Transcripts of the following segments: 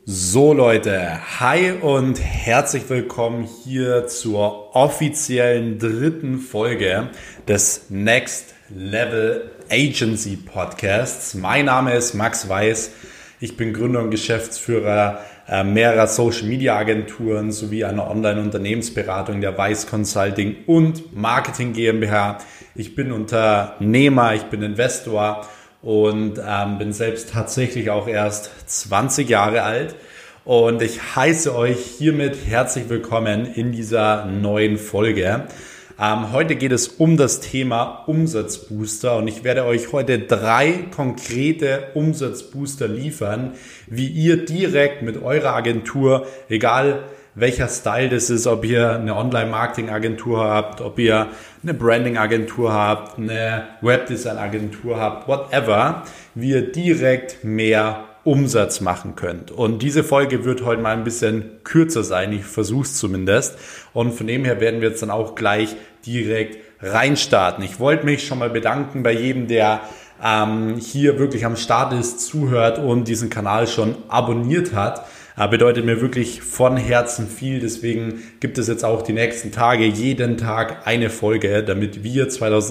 So Leute, hi und herzlich willkommen hier zur offiziellen dritten Folge des Next Level Agency Podcasts. Mein Name ist Max Weiß, ich bin Gründer und Geschäftsführer mehrerer Social Media Agenturen sowie einer Online-Unternehmensberatung der Weiß Consulting und Marketing GmbH. Ich bin Unternehmer, ich bin Investor und bin selbst tatsächlich auch erst 20 Jahre alt und ich heiße euch hiermit herzlich willkommen in dieser neuen Folge. Heute geht es um das Thema Umsatzbooster und ich werde euch heute 3 konkrete Umsatzbooster liefern, wie ihr direkt mit eurer Agentur, egal welcher Style das ist, ob ihr eine Online-Marketing-Agentur habt, ob ihr eine Branding-Agentur habt, eine Webdesign-Agentur habt, whatever, wie ihr direkt mehr Umsatz machen könnt. Und diese Folge wird heute mal ein bisschen kürzer sein, ich versuche es zumindest. Und von dem her werden wir jetzt dann auch gleich direkt reinstarten. Ich wollte mich schon mal bedanken bei jedem, der hier wirklich am Start ist, zuhört und diesen Kanal schon abonniert hat. Bedeutet mir wirklich von Herzen viel. Deswegen gibt es jetzt auch die nächsten Tage jeden Tag eine Folge, damit wir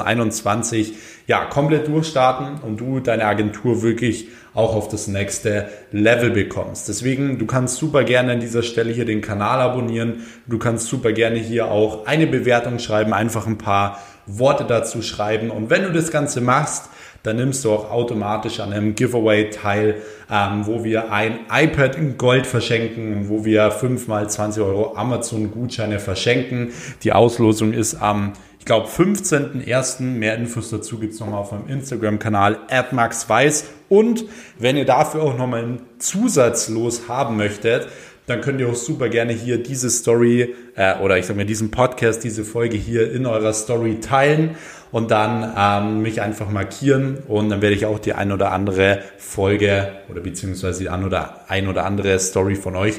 2021 komplett durchstarten und du deine Agentur wirklich auch auf das nächste Level bekommst. Deswegen, du kannst super gerne an dieser Stelle hier den Kanal abonnieren. Du kannst super gerne hier auch eine Bewertung schreiben, einfach ein paar Worte dazu schreiben. Und wenn du das Ganze machst, dann nimmst du auch automatisch an einem Giveaway teil, wo wir ein iPad in Gold verschenken, wo wir 5 mal 20 Euro Amazon-Gutscheine verschenken. Die Auslosung ist am, 15.01. Mehr Infos dazu gibt es nochmal auf meinem Instagram-Kanal @maxweiss. Und wenn ihr dafür auch nochmal einen Zusatzlos haben möchtet, dann könnt ihr auch super gerne hier diese Story diesen Podcast, diese Folge hier in eurer Story teilen und dann mich einfach markieren und dann werde ich auch die ein oder andere Folge oder beziehungsweise die ein oder andere Story von euch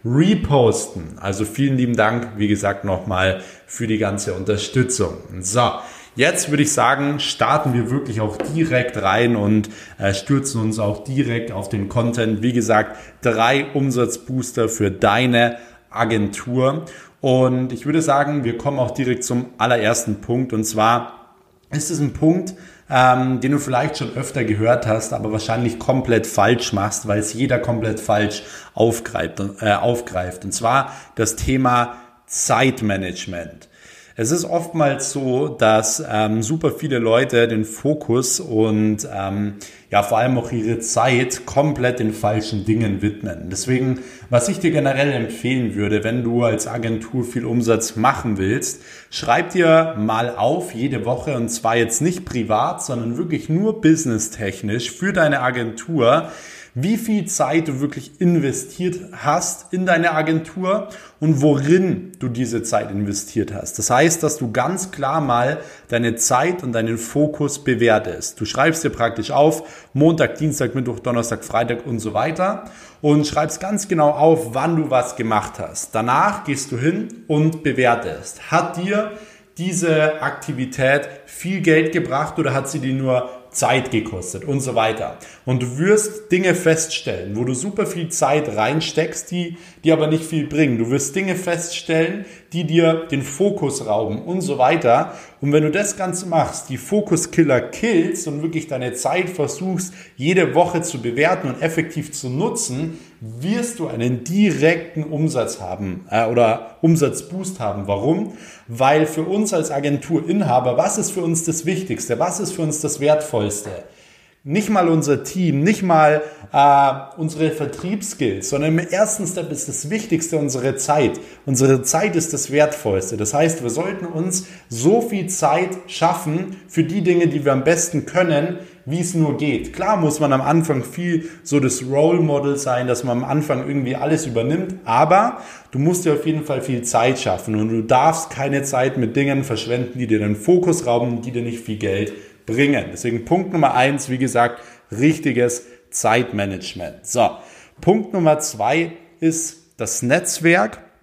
reposten. Also vielen lieben Dank, wie gesagt, nochmal für die ganze Unterstützung. So, jetzt würde ich sagen, starten wir wirklich auch direkt rein und stürzen uns auch direkt auf den Content. Wie gesagt, 3 Umsatzbooster für deine Agentur. Und ich würde sagen, wir kommen auch direkt zum allerersten Punkt. Und zwar ist es ein Punkt, den du vielleicht schon öfter gehört hast, aber wahrscheinlich komplett falsch machst, weil es jeder komplett falsch aufgreift. Und zwar das Thema Zeitmanagement. Es ist oftmals so, dass super viele Leute den Fokus und vor allem auch ihre Zeit komplett den falschen Dingen widmen. Deswegen, was ich dir generell empfehlen würde, wenn du als Agentur viel Umsatz machen willst, schreib dir mal auf jede Woche, und zwar jetzt nicht privat, sondern wirklich nur businesstechnisch für deine Agentur, wie viel Zeit du wirklich investiert hast in deine Agentur und worin du diese Zeit investiert hast. Das heißt, dass du ganz klar mal deine Zeit und deinen Fokus bewertest. Du schreibst dir praktisch auf, Montag, Dienstag, Mittwoch, Donnerstag, Freitag und so weiter und schreibst ganz genau auf, wann du was gemacht hast. Danach gehst du hin und bewertest. Hat dir diese Aktivität viel Geld gebracht oder hat sie dir nur Zeit gekostet und so weiter. Und du wirst Dinge feststellen, wo du super viel Zeit reinsteckst, die aber nicht viel bringen. Du wirst Dinge feststellen, die dir den Fokus rauben und so weiter. Und wenn du das Ganze machst, die Fokuskiller killst und wirklich deine Zeit versuchst, jede Woche zu bewerten und effektiv zu nutzen, wirst du einen direkten Umsatz haben oder Umsatzboost haben. Warum? Weil für uns als Agenturinhaber, was ist für uns das Wichtigste? Was ist für uns das Wertvollste? Nicht mal unser Team, nicht mal unsere Vertriebsskills, sondern im ersten Step ist das Wichtigste unsere Zeit. Unsere Zeit ist das Wertvollste. Das heißt, wir sollten uns so viel Zeit schaffen für die Dinge, die wir am besten können, wie es nur geht. Klar muss man am Anfang viel so das Role Model sein, dass man am Anfang irgendwie alles übernimmt, aber du musst dir auf jeden Fall viel Zeit schaffen und du darfst keine Zeit mit Dingen verschwenden, die dir den Fokus rauben, die dir nicht viel Geld bringen. Deswegen Punkt Nummer 1, wie gesagt, richtiges Zeitmanagement. So, Punkt Nummer 2 ist das Netzwerk.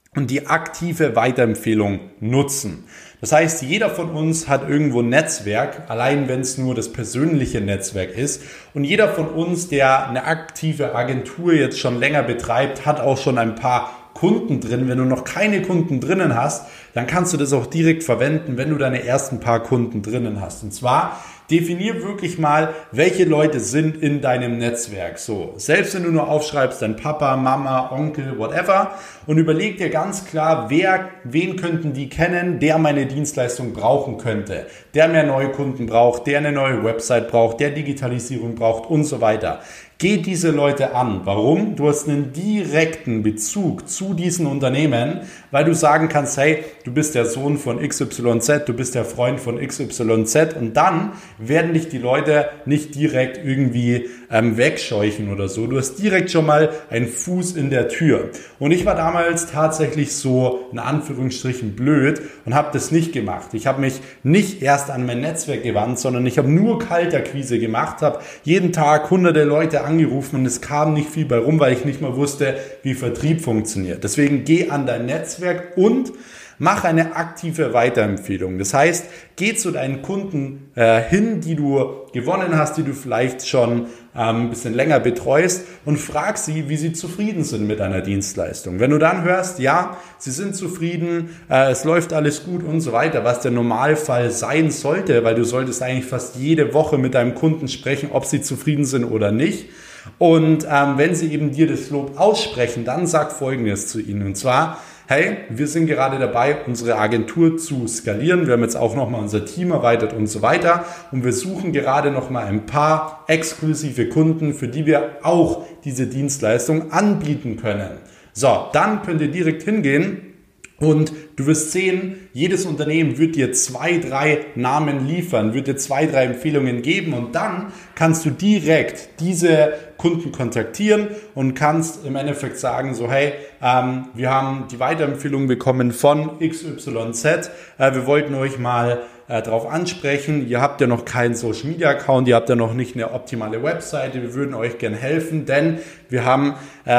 und die aktive Weiterempfehlung nutzen. Das heißt, jeder von uns hat irgendwo ein Netzwerk, allein wenn es nur das persönliche Netzwerk ist. Und jeder von uns, der eine aktive Agentur jetzt schon länger betreibt, hat auch schon ein paar Kunden drin. Wenn du noch keine Kunden drinnen hast, dann kannst du das auch direkt verwenden, wenn du deine ersten paar Kunden drinnen hast. Und zwar definier wirklich mal, welche Leute sind in deinem Netzwerk. So, selbst wenn du nur aufschreibst, dein Papa, Mama, Onkel, whatever, und überleg dir ganz klar, wen könnten die kennen, der meine Dienstleistung brauchen könnte, der mehr neue Kunden braucht, der eine neue Website braucht, der Digitalisierung braucht und so weiter. Geh diese Leute an. Warum? Du hast einen direkten Bezug zu diesen Unternehmen, weil du sagen kannst, hey, du bist der Sohn von XYZ, du bist der Freund von XYZ und dann werden dich die Leute nicht direkt irgendwie wegscheuchen oder so. Du hast direkt schon mal einen Fuß in der Tür. Und ich war damals tatsächlich so in Anführungsstrichen blöd und habe das nicht gemacht. Ich habe mich nicht erst an mein Netzwerk gewandt, sondern ich habe nur Kaltakquise gemacht, habe jeden Tag hunderte Leute angerufen und es kam nicht viel bei rum, weil ich nicht mal wusste, wie Vertrieb funktioniert. Deswegen geh an dein Netzwerk und mach eine aktive Weiterempfehlung. Das heißt, geh zu deinen Kunden hin, die du gewonnen hast, die du vielleicht schon ein bisschen länger betreust und frag sie, wie sie zufrieden sind mit deiner Dienstleistung. Wenn du dann hörst, ja, sie sind zufrieden, es läuft alles gut und so weiter, was der Normalfall sein sollte, weil du solltest eigentlich fast jede Woche mit deinem Kunden sprechen, ob sie zufrieden sind oder nicht. Und wenn sie eben dir das Lob aussprechen, dann sag Folgendes zu ihnen. Und zwar, hey, wir sind gerade dabei, unsere Agentur zu skalieren. Wir haben jetzt auch nochmal unser Team erweitert und so weiter. Und wir suchen gerade nochmal ein paar exklusive Kunden, für die wir auch diese Dienstleistung anbieten können. So, dann könnt ihr direkt hingehen. Und du wirst sehen, jedes Unternehmen wird dir 2, 3 Namen liefern, wird dir 2, 3 Empfehlungen geben und dann kannst du direkt diese Kunden kontaktieren und kannst im Endeffekt sagen so, hey, wir haben die Weiterempfehlung bekommen von XYZ, wir wollten euch mal darauf ansprechen, ihr habt ja noch keinen Social Media Account, ihr habt ja noch nicht eine optimale Webseite, wir würden euch gerne helfen, denn wir haben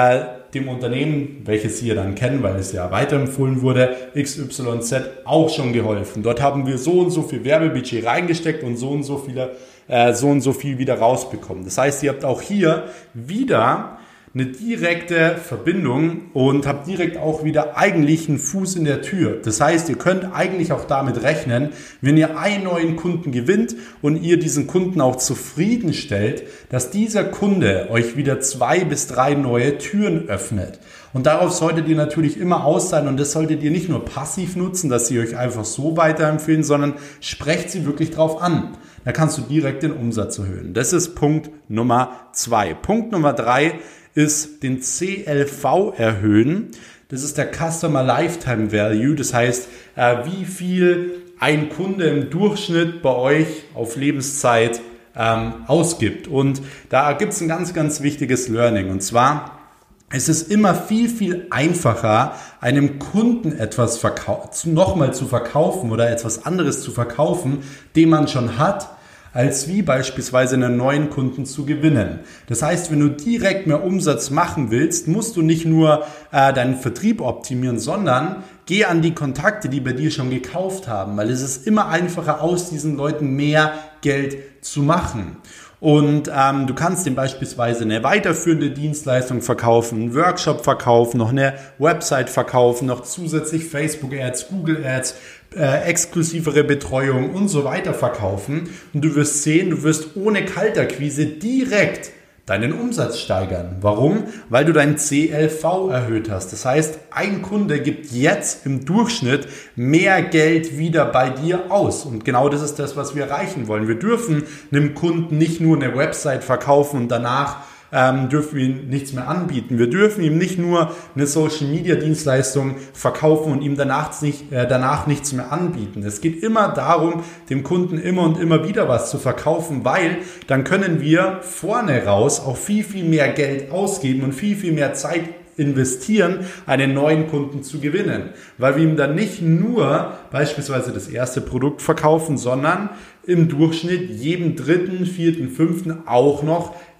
dem Unternehmen, welches Sie ja dann kennen, weil es ja weiterempfohlen wurde, XYZ auch schon geholfen. Dort haben wir so und so viel Werbebudget reingesteckt und so und so viel wieder rausbekommen. Das heißt, ihr habt auch hier wieder eine direkte Verbindung und habt direkt auch wieder eigentlich einen Fuß in der Tür. Das heißt, ihr könnt eigentlich auch damit rechnen, wenn ihr einen neuen Kunden gewinnt und ihr diesen Kunden auch zufriedenstellt, dass dieser Kunde euch wieder 2 bis 3 neue Türen öffnet. Und darauf solltet ihr natürlich immer aus sein und das solltet ihr nicht nur passiv nutzen, dass sie euch einfach so weiterempfehlen, sondern sprecht sie wirklich drauf an. Da kannst du direkt den Umsatz erhöhen. Das ist Punkt Nummer 2. Punkt Nummer 3 ist den CLV erhöhen. Das ist der Customer Lifetime Value. Das heißt, wie viel ein Kunde im Durchschnitt bei euch auf Lebenszeit ausgibt. Und da gibt es ein ganz, ganz wichtiges Learning. Und zwar, es ist immer viel, viel einfacher, einem Kunden etwas nochmal zu verkaufen oder etwas anderes zu verkaufen, den man schon hat, als wie beispielsweise einen neuen Kunden zu gewinnen. Das heißt, wenn du direkt mehr Umsatz machen willst, musst du nicht nur deinen Vertrieb optimieren, sondern geh an die Kontakte, die bei dir schon gekauft haben, weil es ist immer einfacher, aus diesen Leuten mehr Geld zu machen. Und du kannst dem beispielsweise eine weiterführende Dienstleistung verkaufen, einen Workshop verkaufen, noch eine Website verkaufen, noch zusätzlich Facebook-Ads, Google-Ads, exklusivere Betreuung und so weiter verkaufen. Und du wirst sehen, du wirst ohne Kaltakquise direkt deinen Umsatz steigern. Warum? Weil du dein CLV erhöht hast. Das heißt, ein Kunde gibt jetzt im Durchschnitt mehr Geld wieder bei dir aus. Und genau das ist das, was wir erreichen wollen. Wir dürfen einem Kunden nicht nur eine Website verkaufen und danach dürfen wir ihm nichts mehr anbieten. Wir dürfen ihm nicht nur eine Social-Media-Dienstleistung verkaufen und ihm danach nichts mehr anbieten. Es geht immer darum, dem Kunden immer und immer wieder was zu verkaufen, weil dann können wir vorne raus auch viel, viel mehr Geld ausgeben und viel, viel mehr Zeit investieren, einen neuen Kunden zu gewinnen. Weil wir ihm dann nicht nur beispielsweise das erste Produkt verkaufen, sondern im Durchschnitt jedem 3., 4., 5. auch noch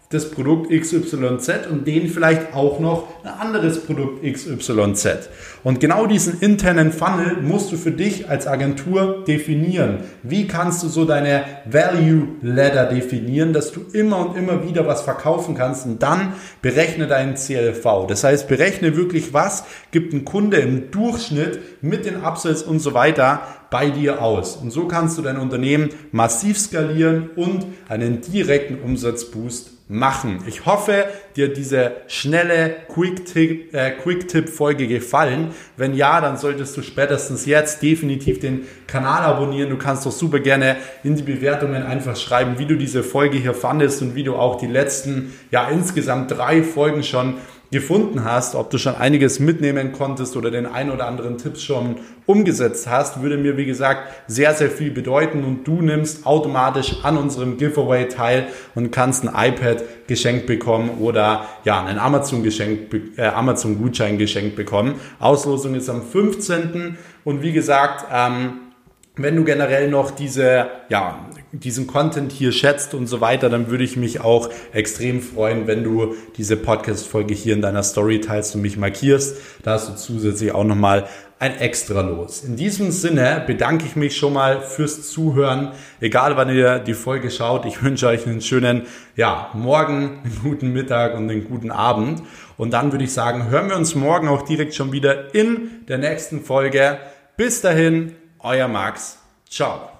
das Produkt XYZ und denen vielleicht auch noch ein anderes Produkt XYZ. Und genau diesen internen Funnel musst du für dich als Agentur definieren. Wie kannst du so deine Value Ladder definieren, dass du immer und immer wieder was verkaufen kannst, und dann berechne deinen CLV. Das heißt, berechne wirklich, was gibt ein Kunde im Durchschnitt mit den Upsells und so weiter bei dir aus. Und so kannst du dein Unternehmen massiv skalieren und einen direkten Umsatzboost machen. Ich hoffe, dir diese schnelle Quick-Tip-Folge gefallen. Wenn ja, dann solltest du spätestens jetzt definitiv den Kanal abonnieren. Du kannst doch super gerne in die Bewertungen einfach schreiben, wie du diese Folge hier fandest und wie du auch die letzten, insgesamt 3 Folgen schon gefunden hast, ob du schon einiges mitnehmen konntest oder den ein oder anderen Tipp schon umgesetzt hast, würde mir, wie gesagt, sehr, sehr viel bedeuten, und du nimmst automatisch an unserem Giveaway teil und kannst ein iPad geschenkt bekommen oder einen Amazon-Gutschein geschenkt bekommen. Auslosung ist am 15. Und wie gesagt, wenn du generell noch diesen Content hier schätzt und so weiter, dann würde ich mich auch extrem freuen, wenn du diese Podcast-Folge hier in deiner Story teilst und mich markierst. Da hast du zusätzlich auch nochmal ein Extra los. In diesem Sinne bedanke ich mich schon mal fürs Zuhören. Egal, wann ihr die Folge schaut, ich wünsche euch einen schönen Morgen, einen guten Mittag und einen guten Abend. Und dann würde ich sagen, hören wir uns morgen auch direkt schon wieder in der nächsten Folge. Bis dahin, euer Max. Ciao.